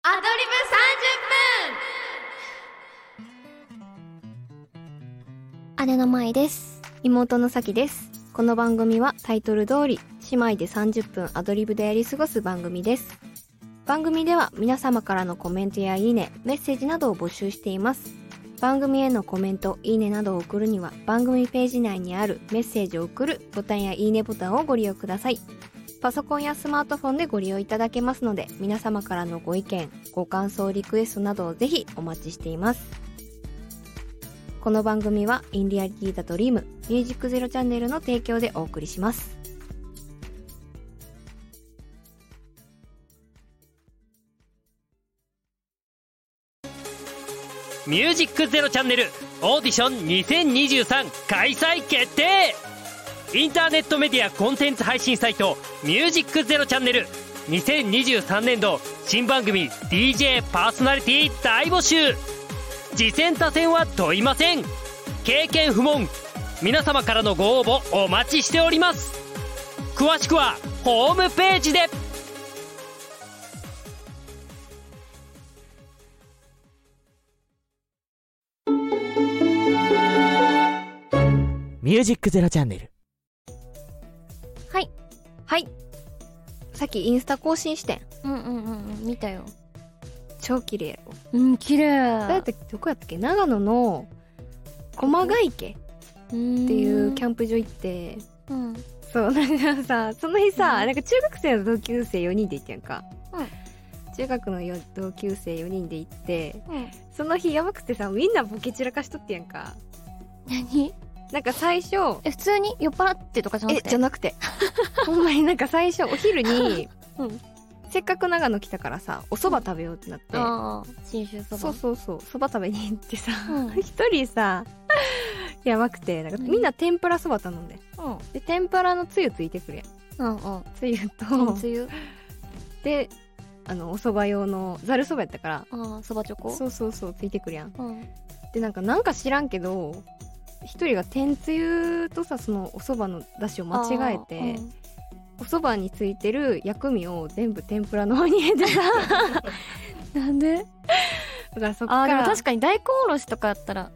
アドリブ30分。 姉の舞です。 妹のさきです。この番組はタイトル通り姉妹で30分アドリブでやり過ごす番組です。番組では皆様からのコメントやいいね、メッセージなどを募集しています。番組へのコメント、いいねなどを送るには番組ページ内にあるメッセージを送るボタンやいいねボタンをご利用ください。パソコンやスマートフォンでご利用いただけますので、皆様からのご意見、ご感想、リクエストなどをぜひお待ちしています。この番組はインリアリティザドリームミュージックゼロチャンネルの提供でお送りします。 ミュージックゼロチャンネルオーディション2023開催決定。インターネットメディアコンテンツ配信サイトミュージックゼロチャンネル2023年度新番組 DJ パーソナリティ大募集。次戦他戦は問いません。経験不問。皆様からのご応募お待ちしております。詳しくはホームページで。 ミュージックゼロチャンネル。 はい。さっきインスタ更新してん。 見たよ。 超綺麗やろ。 綺麗。 だってどこやったっけ、長野の駒ヶ池っていうキャンプ場行って、そうなんかさ、その日さ、なんか中学生の同級生4人で行ってんか。中学の同級生4人で行って、その日やばくてさ、みんなボケ散らかしとってやんか。 何？ なんか最初普通に酔っ払ってとかじゃなくて？ じゃなくてほんまになんか最初お昼に、せっかく長野来たからさ、お蕎麦食べようってなって、 信州そば。 そう蕎麦食べに行ってさ、一人さやばくて、なんかみんな天ぷら蕎麦頼んで、で天ぷらのつゆついてくるやん。つゆとつゆでお蕎麦用のざる蕎麦やったから、 蕎麦チョコ。 そうついてくるやん。でなんか知らんけど、一人が天つゆとさ、そのお蕎麦の出汁を間違えて、お蕎麦についてる薬味を全部天ぷらの方に入れてさなんで？ だからそっからでも確かに大根おろしとかやったら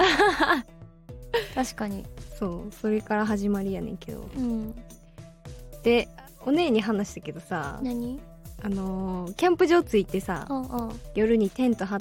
確かにそれから始まりやねんけど、でお姉に話したけどさ、 何？ キャンプ場着いてさ、夜にテント張って、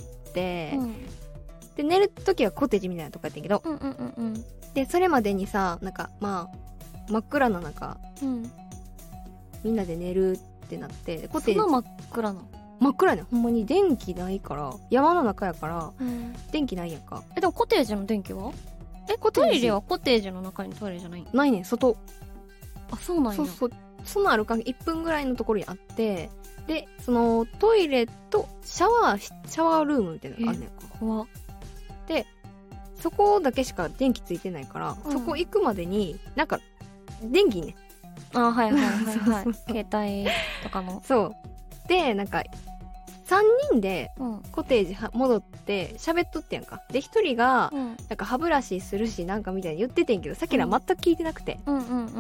で寝るときはコテージみたいなとこやってんけど、でそれまでにさ、なんかまあ真っ暗な中、みんなで寝るってなって、コテージそんな真っ暗な？ 真っ暗やねん。ほんまに電気ないから、山の中やから、電気ないやんか。 でもコテージの電気は？トイレはコテージの中にトイレじゃない？ ないねん、外。 あ、そうなんや。 その歩かん1分ぐらいのところにあって、でそのトイレとシャワールームみたいなのがあんねんか。 怖っ。でそこだけしか電気ついてないから、そこ行くまでになんか電気ね。 はい携帯とかの。そうでなんか3人でコテージ戻って喋っとってやんか。で1人がなんか歯ブラシするしなんかみたいに言っててんけど、さっきら全く聞いてなくて、で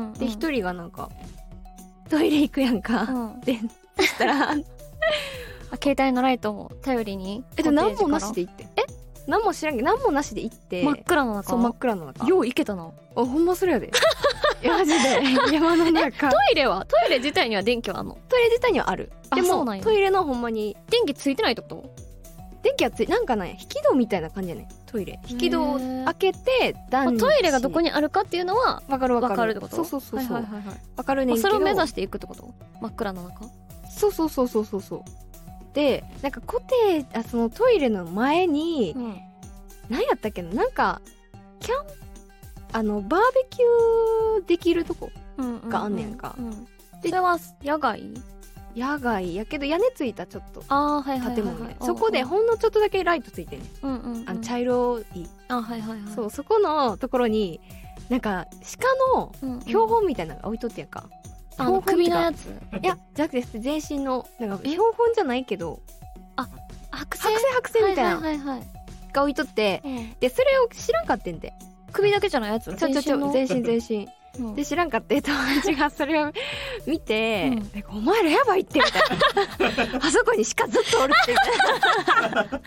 1人がなんかトイレ行くやんか、でそしたら携帯のライトを頼りに何もなしで行って、何も知らんけど何もなしで行って、 真っ暗の中。 そう真っ暗の中。 よう行けたな。 ほんまそれやでいやマジで山の中。 トイレ自体には電気はあんの？ トイレ自体にはある。でもトイレのほんまに電気ついてないってこと？ 電気はなんかね、引き戸みたいな感じやねん。トイレ引き戸を開けてトイレがどこにあるかっていうのは分かるってこと？ そう分かるねんけど、 それを目指していくってこと？真っ暗の中。 そうでなんかそのトイレの前に、何やったっけな、なんかバーベキューできるとこがあんねんか。 それは野外やけど屋根ついたちょっと建物ね。そこでほんのちょっとだけライトついてんねん。茶色い。そう、そこのところになんか鹿の標本みたいなのが置いとってやんか。 首のやつ？ いやじゃなくて全身のなんか標本じゃないけど、 剥製みたいなが置いとって、でそれを知らんかってんで。 首だけじゃないやつ？ 全身で知らんかって友達がそれを見て、 うんなんかお前らやばいってみたいなあそこに鹿ずっとおるってみたいな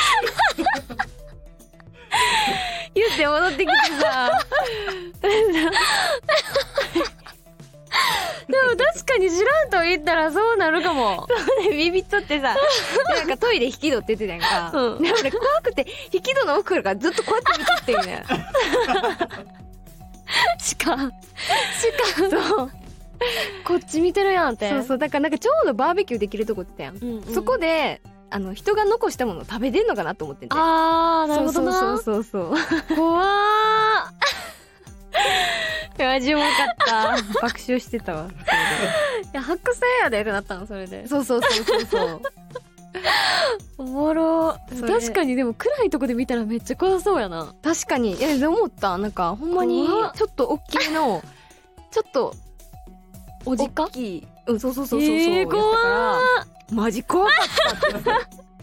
言って戻ってきてさでも確かに知らんと言ったらそうなるかも。 ビビっとってさでなんかトイレ引き戸って言ってたやんか、 うんで俺怖くて引き戸の奥からずっとこうやって見とってみたいなそうこっち見てるやんって。 そうそうだからなんかちょうどバーベキューできるとこってやん、 うんうん、 そこで人が残したものを食べてんのかなと思ってて。 あーなるほどな。 そうそうそうそう怖いやマジおもかった爆笑してたわそれー。いや白線やでってなったのそれで。 でそうそうそうそうそうおもろ。 それ確かにでも暗いとこで見たらめっちゃ怖そうやな。 確かにで思ったなんかほんまに怖っちょっと大きめのちょっとおじか大きいそうそうそうそうそう、 怖やったからマジ怖かったって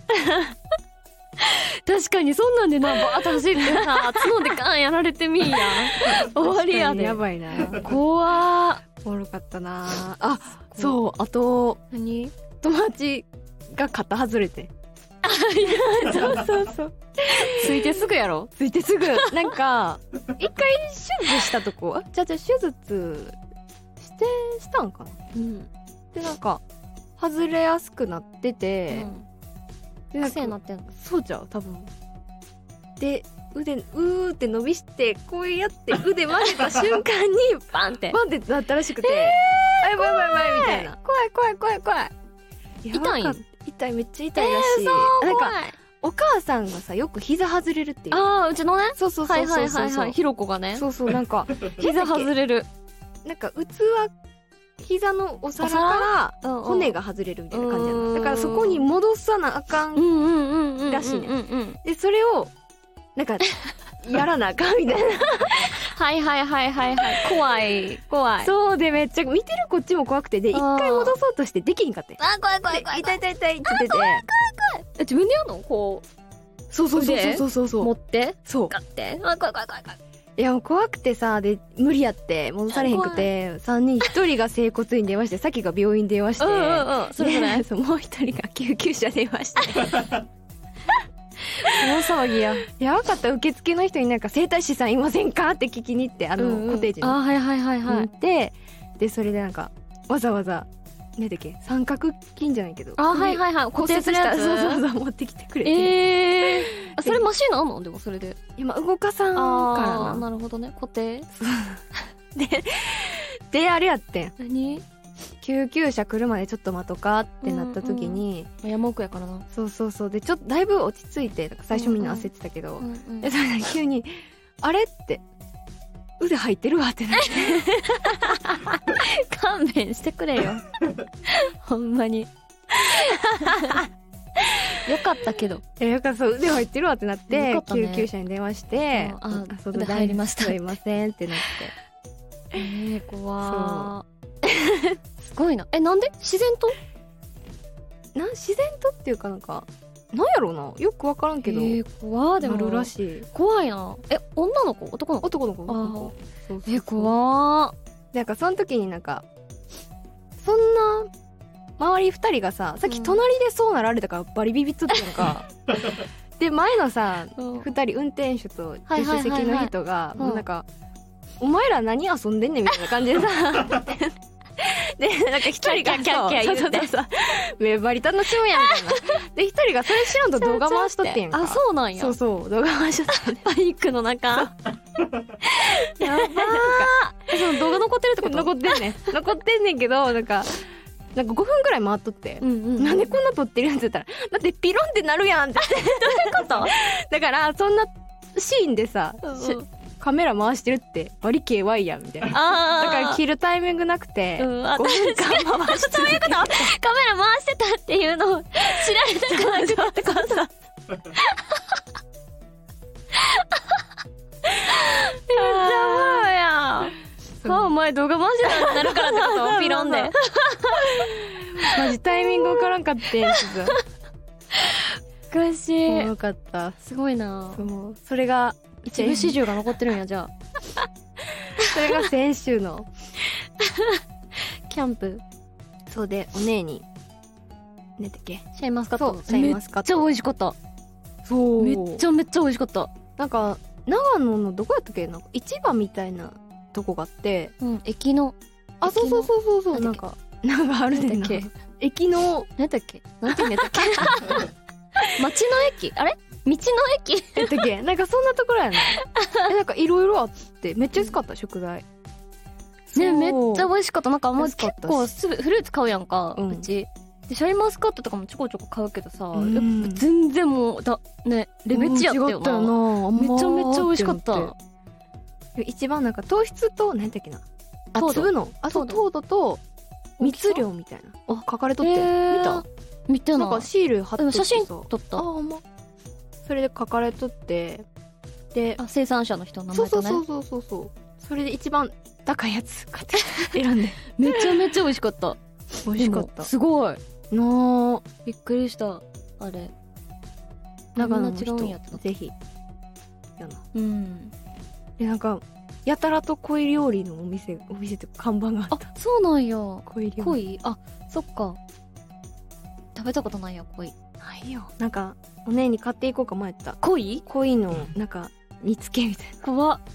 確かにそんなんでなバーッと走ってさ角でガンやられてみんや終わりやで。 やばいな怖ー。 おもろかったなあそうあと何友達が肩外れてそうそうそうついてすぐやろ。 ついてすぐなんか一回手術したとこじゃ手術したんかなうん。 でなんか外れやすくなってて、でなんか癖になってんの。 そうじゃう多分で腕うーって伸びしてこうやって腕曲げた瞬間にバンって。 バンってなったらしくて、あやばいやばいやばいみたいな怖い怖い怖い怖い。痛いんやばかった痛いめっちゃ痛いらしい、なんかお母さんがさよく膝外れるっていうああうちのね。 そうそうはいはそうそうそういはいはい。ひろこがね。 そうそうなんか膝外れる。 なんか膝のお皿から骨が外れるみたいな感じなのだからそこに戻さなあかんうんうんうんうん。 らしいねうんうん。 でそれをなんかやらなあかんみたいなはいはいはいはいはい。怖い怖い。 そうでめっちゃ見てるこっちも怖くてで一回戻そうとしてできんかってあ怖い怖でい怖い。 痛い痛い痛いって言ってて自分でやんのこそうそうそうそうそううそう持ってそうガッて。あ怖い怖い怖い怖い。 いやもう怖くてさで無理やって戻されへんくて3人1人が整骨院電話してさっきが病院電話してうんうんうん。それぞれ。 でそうもう1人が救急車電話して大騒ぎや。 やばかった受付の人になんか整体師さんいませんかって聞きに行ってコテージにあはいはいはいはい。 行ってでそれでなんかわざわざ何だっけ三角筋じゃないけどあはいはいはい。 骨折したやつ。 そうそうそう持ってきてくれてあそれマシンなんのでもそれで。 今動かさんからななるほどね。固定。 であれやってん何？ 救急車来るまでちょっと待とかってなった時に、 山奥やからな。 そうそうそうでちょっとだいぶ落ち着いてなんか最初みんな焦ってたけど、 うんでそれで急にあれって腕入ってるわってなって勘弁してくれよ。ほんまに。よかったけど。 なんかそう腕入ってるわってなって、 よかったね救急車に電話してうんあそう腕入りましたすいませんってなって怖ー。すごいな。なんで自然と？ 自然とっていうかなんかなんやろうなよくわからんけど、 怖ーでも。 なるらしい怖いな。女の子男の子？ 男の子あそうそう怖ー。 なんかその時になんかそんな周り2人がささっき隣でそうなられたからバリビビっとったやんかで前のさうん 2人運転手と助手席の人がうんもうなんかお前ら何遊んでんねんみたいな感じでさでなんか1人がキャッキャッキャッ言うてそうそうそう目張り楽しむやんみたいなで1人がそれ知らんと動画回しとってんやんかあそうなんや。 そうそう動画回しとってんねんバイクの中。やばー。その動画残ってるってこと？ 残ってんねん残ってんねんけどなんか5分ぐらい回っとってうんうん。 なんでこんな撮ってるんって言ったらだってピロンってなるやんってこと？ だからそんなシーンでさ、 うんカメラ回してるってバリ KY やんみたいなあだから切るタイミングなくて、 うんあ 5分間回してそういうこと？カメラ回してたっていうのを知られたくなくてこそ。そうや。お前動画回してたってなるからってこと？ピロンで。 マジタイミングわからんかってんすおかしい。 よかったすごいな。 そうそれが一部始終が残ってるんやじゃあ。 それが先週のキャンプそうでお姉に何だっけシャインマスカットそうシャインマスカットめっちゃ美味しかった。 そうめっちゃ美味しかった。 なんか長野のどこやったっけなんか市場みたいなとこがあって駅のあそうなんかあるねんな駅の何だっけなんて言うんだっけ町の駅あれ道の駅やったっけなんかそんなところやななんかいろいろあってめっちゃ安かった食材ねめっちゃ美味しかった。なんかもう安かったし結構すぐフルーツ買うやんか、 うんうちでシャインマスカットとかもちょこちょこ買うけどさ、 うんやっぱ全然もうねレベチやったよな。 違ったよなめちゃめちゃ美味しかった。 一番なんか糖質と何だっけなあ糖度粒のあそう糖度と密量みたいな書かれとって見たななんかシール貼っとってさ写真撮ったあほんまそれで書かれとってで生産者の人の名前とねそうそれで一番高いやつ買って選んでめちゃめちゃ美味しかった。 美味しかったすごいのびっくりしたあれ長野のあんな違うん人やつだぜひやなうんでなんかやたらと鯉料理のお店って看板があったそうなんや。 鯉料理鯉あそっか食べたことないや鯉。 ないよなんかお姉に買っていこうか迷った鯉鯉のなんか煮付けみたいな怖い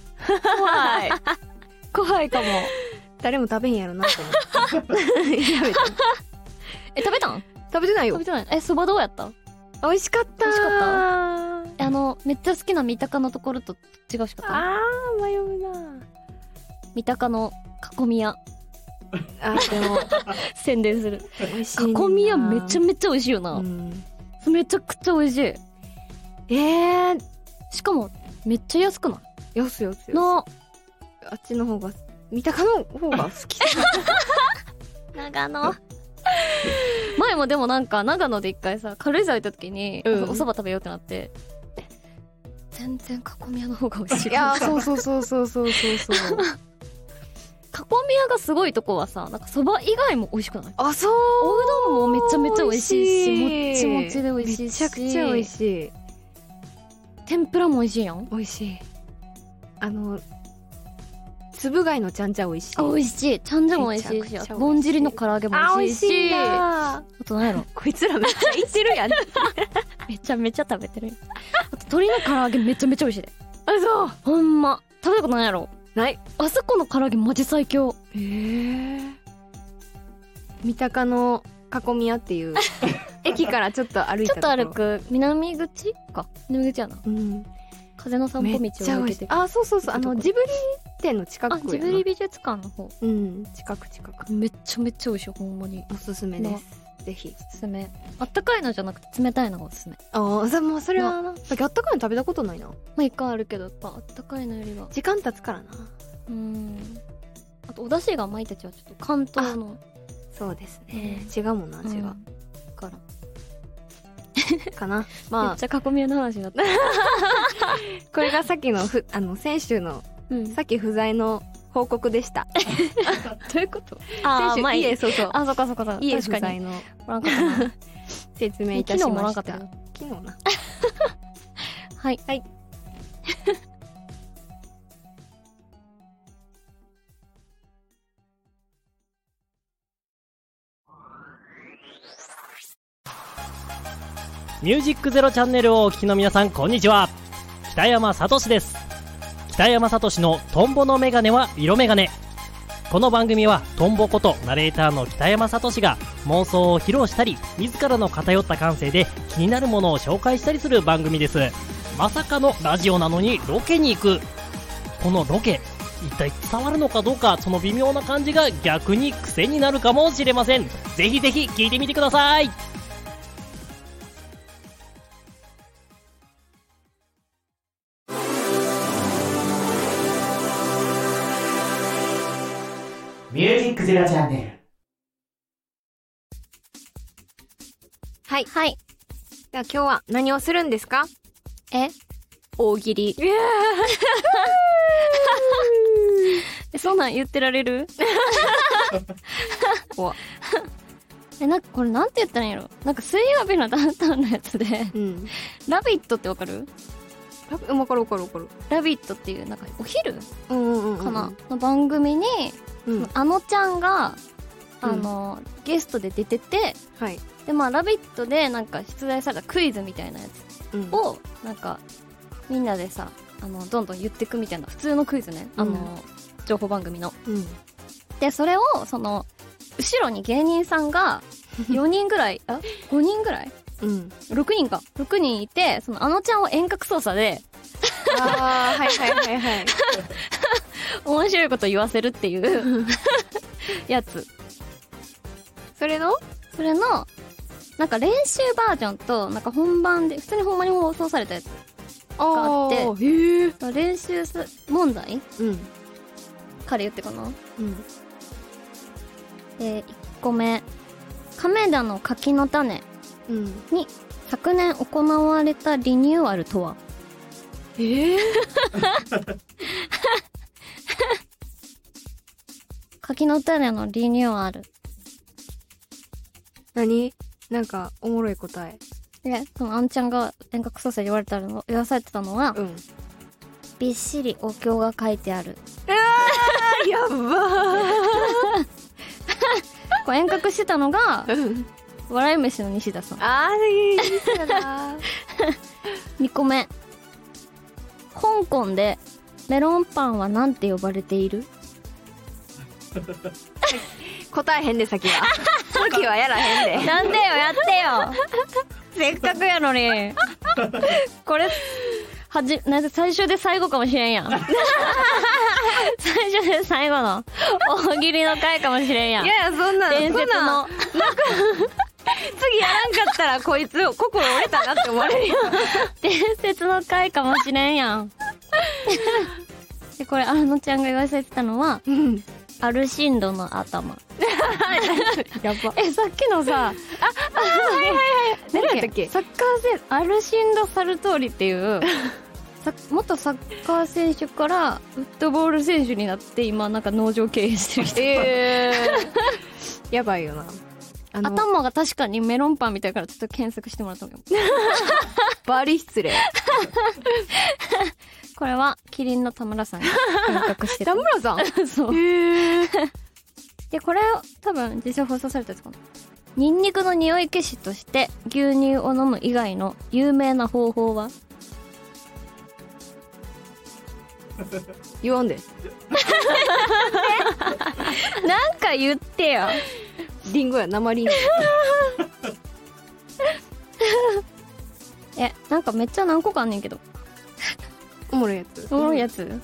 怖いかも。 誰も食べへんやろなと思ってやめた食べたん？ 食べてないよ食べてない。そばどうやった？ 美味しかった美味しかっためっちゃ好きな三鷹のところと違うしかった。 あー迷うな三鷹の囲み屋あでも宣伝する美味しいねんな囲み屋めちゃめちゃ美味しいよな、めちゃくちゃ美味しい。しかもめっちゃ安くないよすなあっちの方が三鷹の方が好き長野前もでもなんか長野で一回さ軽井沢行った時に、お蕎麦食べようってなって全然囲み屋の方が美味しい。 いやそう囲み屋がすごいとこはさなんか蕎麦以外も美味しくない？ あそうおうどんもめちゃめちゃ美味しいしもっちもちで美味しいしめちゃくちゃ美味しい天ぷらも美味しいやん。 美味しい粒貝のちゃんちゃ美味しい。 美味しい。ちゃんじゃも美味しいし、 めちゃくちゃ美味しいぼんじりの唐揚げも美味しいし、 あと何やろこいつらめっちゃ言ってるやんめちゃめちゃ食べてる。あと鶏の唐揚げめちゃめちゃ美味しいで。 あそうほんま食べたことないやろ。 ない。 あそこの唐揚げマジ最強。 三鷹の囲み屋っていう駅からちょっと歩いたちょっと歩く南口か。南口やな。風の散歩道を抜けて。 あそうジブリ店の近くやな。 ジブリ美術館の方。 近くめっちゃめっちゃ美味しい。ほんまにおすすめです。ぜひおすすめ。あったかいのじゃなくて冷たいのがおすすめ。 もうそれはな、さっきあったかいの食べたことないな。 まあ一回あるけどやっぱあったかいのよりは時間経つからな。 あとお出汁が舞たちはちょっと関東の。 そうですね、違うもんな味が、 からかな。まあめっちゃ囲み屋の話になったこれがさっきの先週の、さっき不在の報告でしたどういうこと？ 先週家そうあそっか家不在の説明いたしました。昨日なはいミュージックゼロチャンネルをお聞きの皆さん、こんにちは。北山さとしです。北山さとしのトンボのメガネは色メガネ。この番組はトンボことナレーターの北山さとしが妄想を披露したり、自らの偏った感性で気になるものを紹介したりする番組です。まさかのラジオなのにロケに行く。このロケ、一体伝わるのかどうか、その微妙な感じが逆に癖になるかもしれません。ぜひぜひ聞いてみてください。 ミュージックゼロチャンネル。 はい。では今日は何をするんですか？ 大喜利。そんなん言ってられる？なんかこれなんて言ったらいいんやろ。なんか水曜日のダウンタウンのやつで、ラビットってわかる？ わかる。 ラビットっていうなんかお昼うんかな、の番組に、あのちゃんがゲストで出てて、 はい。 でまあラビットでなんか出題されたクイズみたいなやつをなんかみんなでさどんどん言ってくみたいな普通のクイズね、情報番組の。でそれをその後ろに芸人さんが4人ぐらい5人ぐらい、6人か6人いて、そのあのちゃんを遠隔操作ではい面白いこと言わせるっていうやつ。それのなんか練習バージョンとなんか本番で普通にほんまに放送されたやつがあって、練習問題から言ってかな。1個目、亀田の柿の種に昨年行われたリニューアルとは？柿の種のリニューアル。 何？なんかおもろい答え。 で、そのあんちゃんが遠隔操作で言わされてたのは、びっしりお経が書いてある。 やばー。 これ遠隔してたのが、笑い飯の西田さん。 いいですな。 2個目、香港でメロンパンはなんて呼ばれている？ 答えへんで先はやらへんで。 なんでよ、やってよ。せっかくやのに。これなんか最初で最後かもしれんやん。最初で最後の大喜利の回かもしれんやん。 いやそんな伝説の次やらんかったらこいつ心折れたなって思われるよ。 伝説の回かもしれんやん。でこれあのちゃんが言わせてたのは、アルシンドの頭。やば。さっきのさ、 何やったっけ？ サッカー選手、アルシンド・サルトーリっていう元サッカー選手からフットボール選手になって今なんか農場経営してる人。 やばいよな。 頭が確かにメロンパンみたいからちょっと検索してもらったんだけど。 バリ失礼。 これはキリンの田村さんが検索してた。 田村さん？ そう。でこれ多分実際放送されたやつかな。ニンニクの匂い消しとして牛乳を飲む以外の有名な方法は？ 言わんで。 なんか言ってよ。 リンゴや、生リンゴ。 なんかめっちゃ何個かあんねんけど。 おもろいやつ。 おもろいやつ。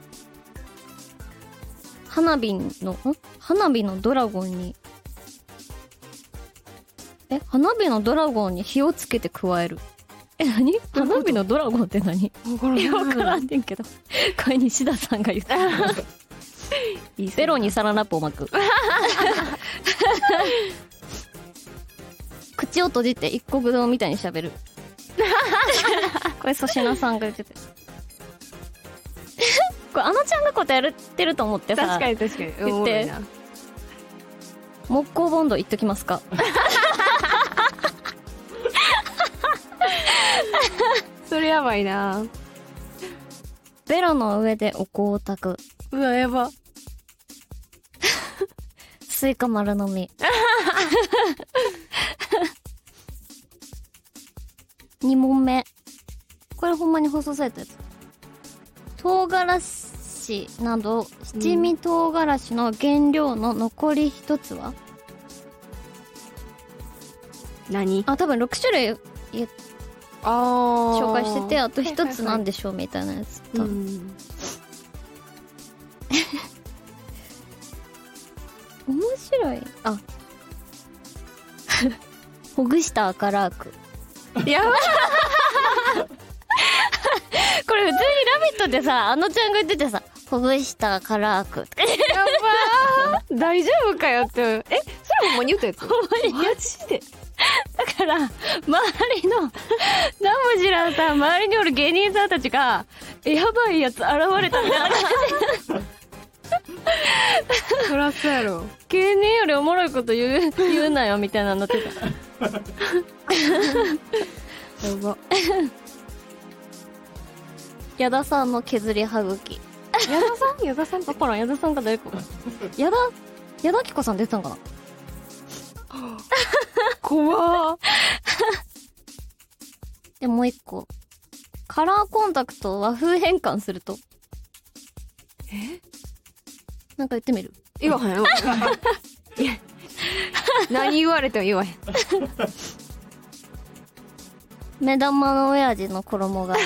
花火のドラゴンに花火のドラゴンに火をつけて加える。何？花火のドラゴンって何？わからんねんけど。これ西田さんが言ってた。ベロにサランラップを巻く。口を閉じて一国道みたいに喋る。これ粗品さんが言ってて。これあのちゃんが答えてると思ってさ。 確かに言って。木工ボンド言っときますか？ それやばいな。 ベロの上でお香を焚く。 うわ、やば。 スイカ丸飲み。2問目。これほんまに放送されたやつ。唐辛子など七味唐辛子の原料の残り一つは？ 何？ 多分6種類紹介してて、あと一つなんでしょうみたいなやつ。面白い。ほぐした赤ラーク。 やばい。 これ普通にラビットでさ、あのちゃんが言っててさ、ほぐした赤ラーク。やばー。大丈夫かよって。それほんまに言ったやつ？ ほんまに。 マジで？ だから周りの何も知らんさ、周りにおる芸人さんたちがやばいやつ現れたみたいな感じ。 そらそうやろ。 芸人よりおもろいこと言うなよみたいなのになってた。やば。 矢田さんの削りはぐき。 矢田さん分からん、矢田さんか誰か。矢田亜希子さん出てたんかな。 怖ー。 で、もう一個。カラーコンタクトを和風変換すると。なんか言ってみる？ 言わへん。いや、何言われても言わへん。 目玉の親父の衣替え。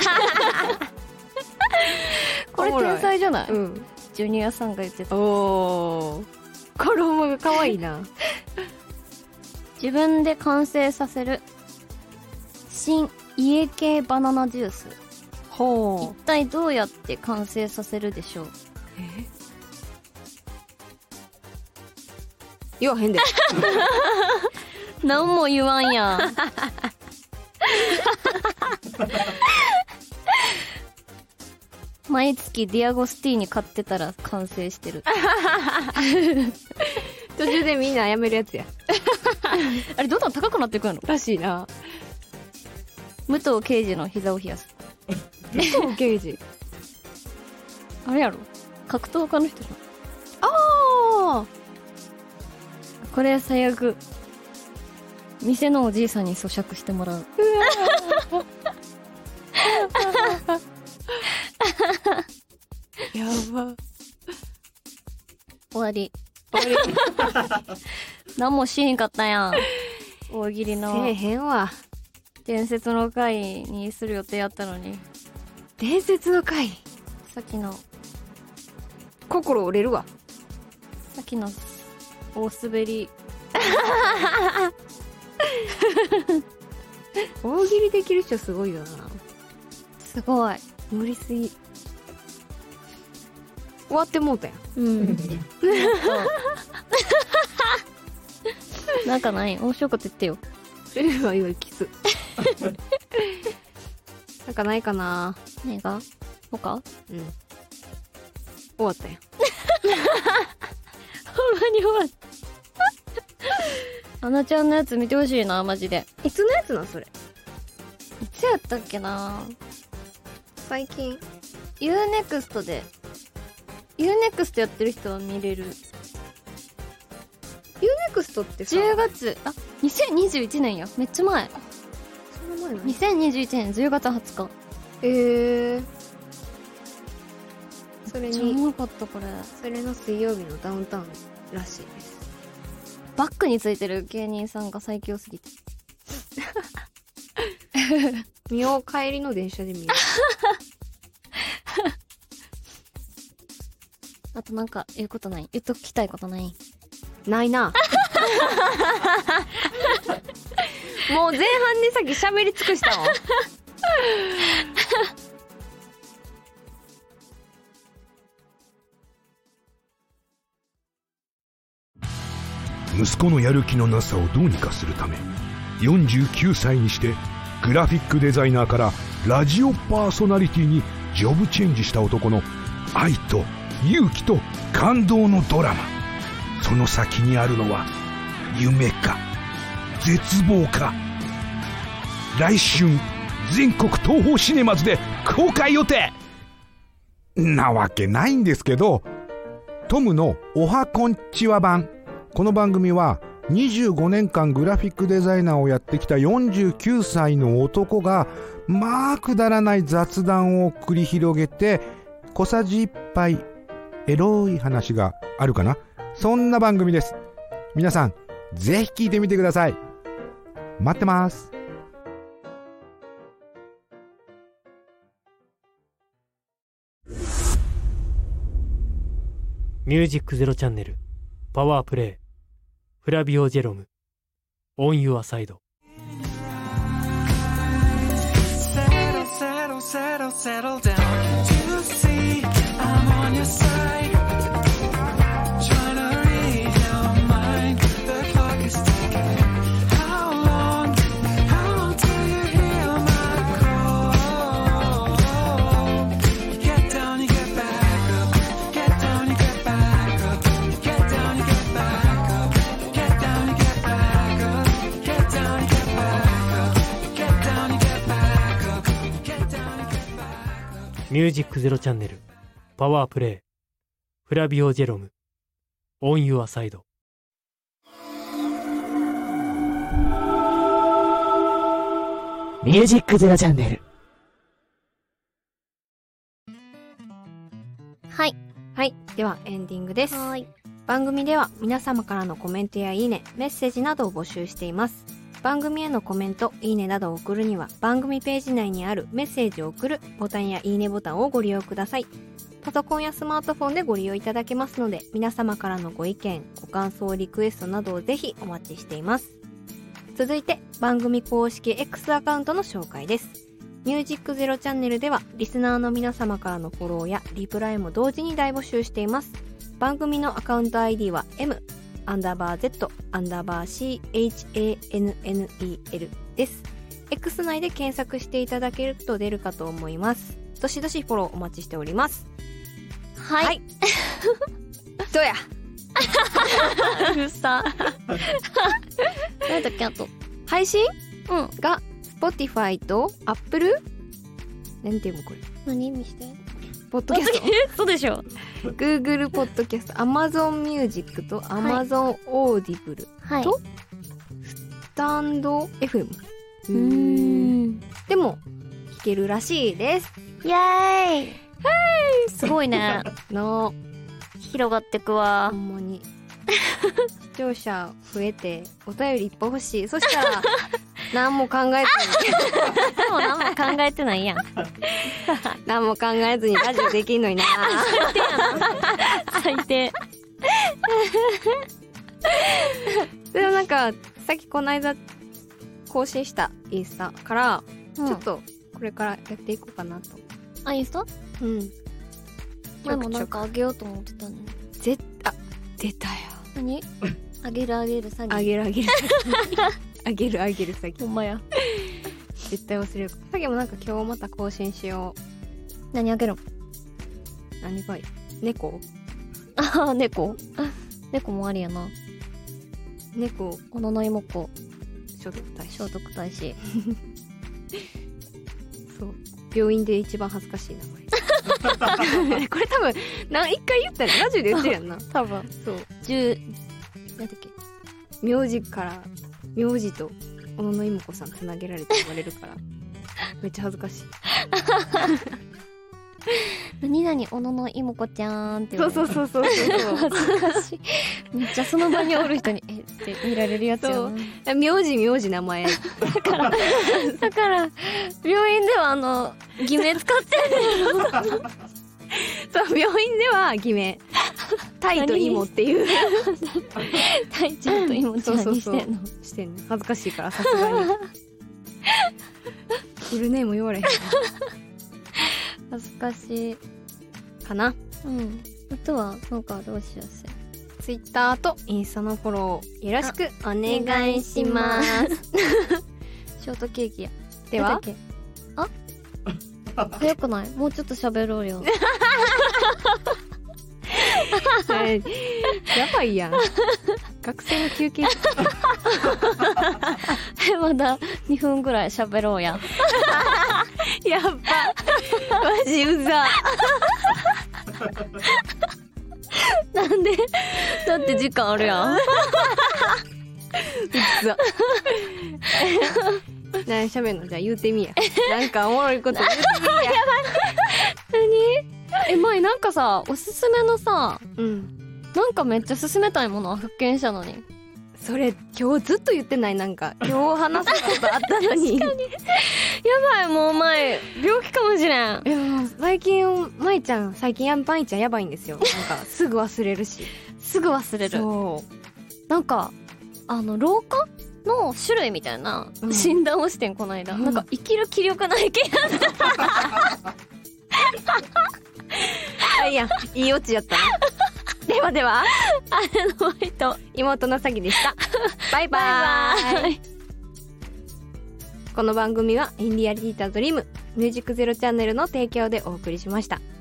これ天才じゃない？ うん。 ジュニアさんが言ってた。 おー。衣が可愛いな。 自分で完成させる新家系バナナジュース。 ほ一体どうやって完成させるでしょう？ 言わへんで。 何も言わんやん。毎月ディアゴスティーニ買ってたら完成してる。 途中でみんなやめるやつや。 あれどんどん高くなっていくのらしいな。 武藤敬司の膝を冷やす。 武藤敬司。 あれやろ、格闘家の人じあゃん。これ最悪。店のおじいさんに咀嚼してもらう。 やば。 終わり。何もしへんかったやん。大喜利のせえへんわ。 伝説の回にする予定やったのに。 伝説の回。 さっきの心折れるわ。 大滑り。 大喜利できる人すごいよな。 すごい。 無理すぎ。終わってもうたやん。 うん。なんかない？面白いこと言ってよ。 いわゆるキス。なんかないかな。 何が？他？ うん。終わったやん。 ほんまに終わった。アナちゃんのやつ見てほしいな、マジで。 いつのやつなんそれ？ いつやったっけな。 最近。 UNEXT で。UNEXT やってる人は見れる。 UNEXT ってさ。 10月、2021年や。めっちゃ前。 その前の 2021年10月20日。 それめっちゃおに、 もろかった、これ。 それの水曜日のダウンタウンらしいです。 バックについてる芸人さんが最強すぎて。 見よう、帰りの電車で見よあとなんか言うことない？言っときたいことない？ う。ないな。もう前半にさっき喋り尽くしたもん。 息子のやる気のなさをどうにかするため、49歳にしてグラフィックデザイナーからラジオパーソナリティにジョブチェンジした男の愛と勇気と感動のドラマ。その先にあるのは夢か絶望か。来春全国東宝シネマズで公開予定なわけないんですけど、トムのおはこんちは版。この番組は25年間グラフィックデザイナーをやってきた49歳の男がまあくだらない雑談を繰り広げて、小さじ1杯エロい話があるかな、そんな番組です。皆さんぜひ聞いてみてください。待ってます。 ミュージックゼロチャンネルパワープレイフラビオジェロムオンユアサイド。 ミュージックゼロチャンネルパワープレイフラビオジェロムオンユアサイド。 ミュージックゼロチャンネル。 はい。 はい。ではエンディングです。 はい。 番組では皆様からのコメントやいいね、メッセージなどを募集しています。番組へのコメント、いいねなどを送るには番組ページ内にあるメッセージを送るボタンやいいねボタンをご利用ください。パソコンやスマートフォンでご利用いただけますので、皆様からのご意見、ご感想、リクエストなどをぜひお待ちしています。続いて番組公式 X アカウントの紹介です。ミュージックゼロチャンネルではリスナーの皆様からのフォローやリプライも同時に大募集しています。番組のアカウント ID は M_Z_CHANNEL です。 X 内で検索していただけると出るかと思います。どしどしフォローお待ちしております。 はい。 どうやうるさ。なんだっけ、あと。 配信うん。 が Spotify と Apple？ なんていうのこれ。 何見して。 ポッドキャスト。 そうでしょ。 Google ポッドキャスト、Amazon Music と Amazon Audible と、 はい、 スタンド FM。でも聞けるらしいです。 イエーイ。すごいね。 の広がってくわ。 ほんまに。視聴者増えてお便りいっぱい欲しい。そしたら何も考えずにでも何も考えてないやん。 何も考えずにラジオできんのにな。 最低やな。最低。 でもなんかさっきこの間更新したインスタから、ちょっとこれからやっていこうかなと。 あ、インスタ？ うん。 前もなんかあげようと思ってたのに。 出たよ。 何？あげるあげる詐欺。 あげるあげる。あげるあげる詐欺。 ほんまや。 絶対忘れる。さっきもなんか今日また更新しよう。 何あげるの？ 何がいい？猫？ ああ、猫？猫もありやな。 猫。 小野の妹子。 聖徳太子。 聖徳太子。 そう。病院で一番恥ずかしい名前。これ多分一回言ったらラジオで言ってるやんな。 多分。 そう。 なんだっけ？ 名字から名字と小野の妹子さんつなげられて言われるからめっちゃ恥ずかしい。 何々小野の妹子ちゃんってそう恥ずかしい。めっちゃその場におる人にって見られるやつやな。 名字名前だから病院では偽名使ってるの。 そう、病院では偽名タイとイモっていうタイちゃんとイモちゃんにしてんの。 してんの。恥ずかしいからさすがにフルネーム言われへん。 恥ずかしいかな。 うん。あとはなんかどうしやすい。 Twitter とインスタのフォローよろしくお願いします。 ショートケーキや。 では早くない？もうちょっと喋ろうよ。 やばいやん。学生の休憩まだ2分ぐらい喋ろうや。 やっば。マジうざ。 なんで？だって時間あるやん。 うざ。何喋んの？じゃあ言うてみや。なんかおもろいこと言うてみや。 何？前なんかさ、おすすめのさ、なんかめっちゃ勧めたいものを発見したのに。 それ今日ずっと言ってない？なんか今日話すことあったのに。 確かに。やばい、もうお前病気かもしれん。 でも最近舞ちゃんやばいんですよ。なんかすぐ忘れるし。 すぐ忘れる。 そう。 なんか老化の種類みたいな診断をしてん、この間。なんか生きる気力ない気がする。 いや、いいオチやったな。では姉の人妹の詐欺でした。バイバーイ。この番組はインディアリティータードリームミュージックゼロチャンネルの提供でお送りしました。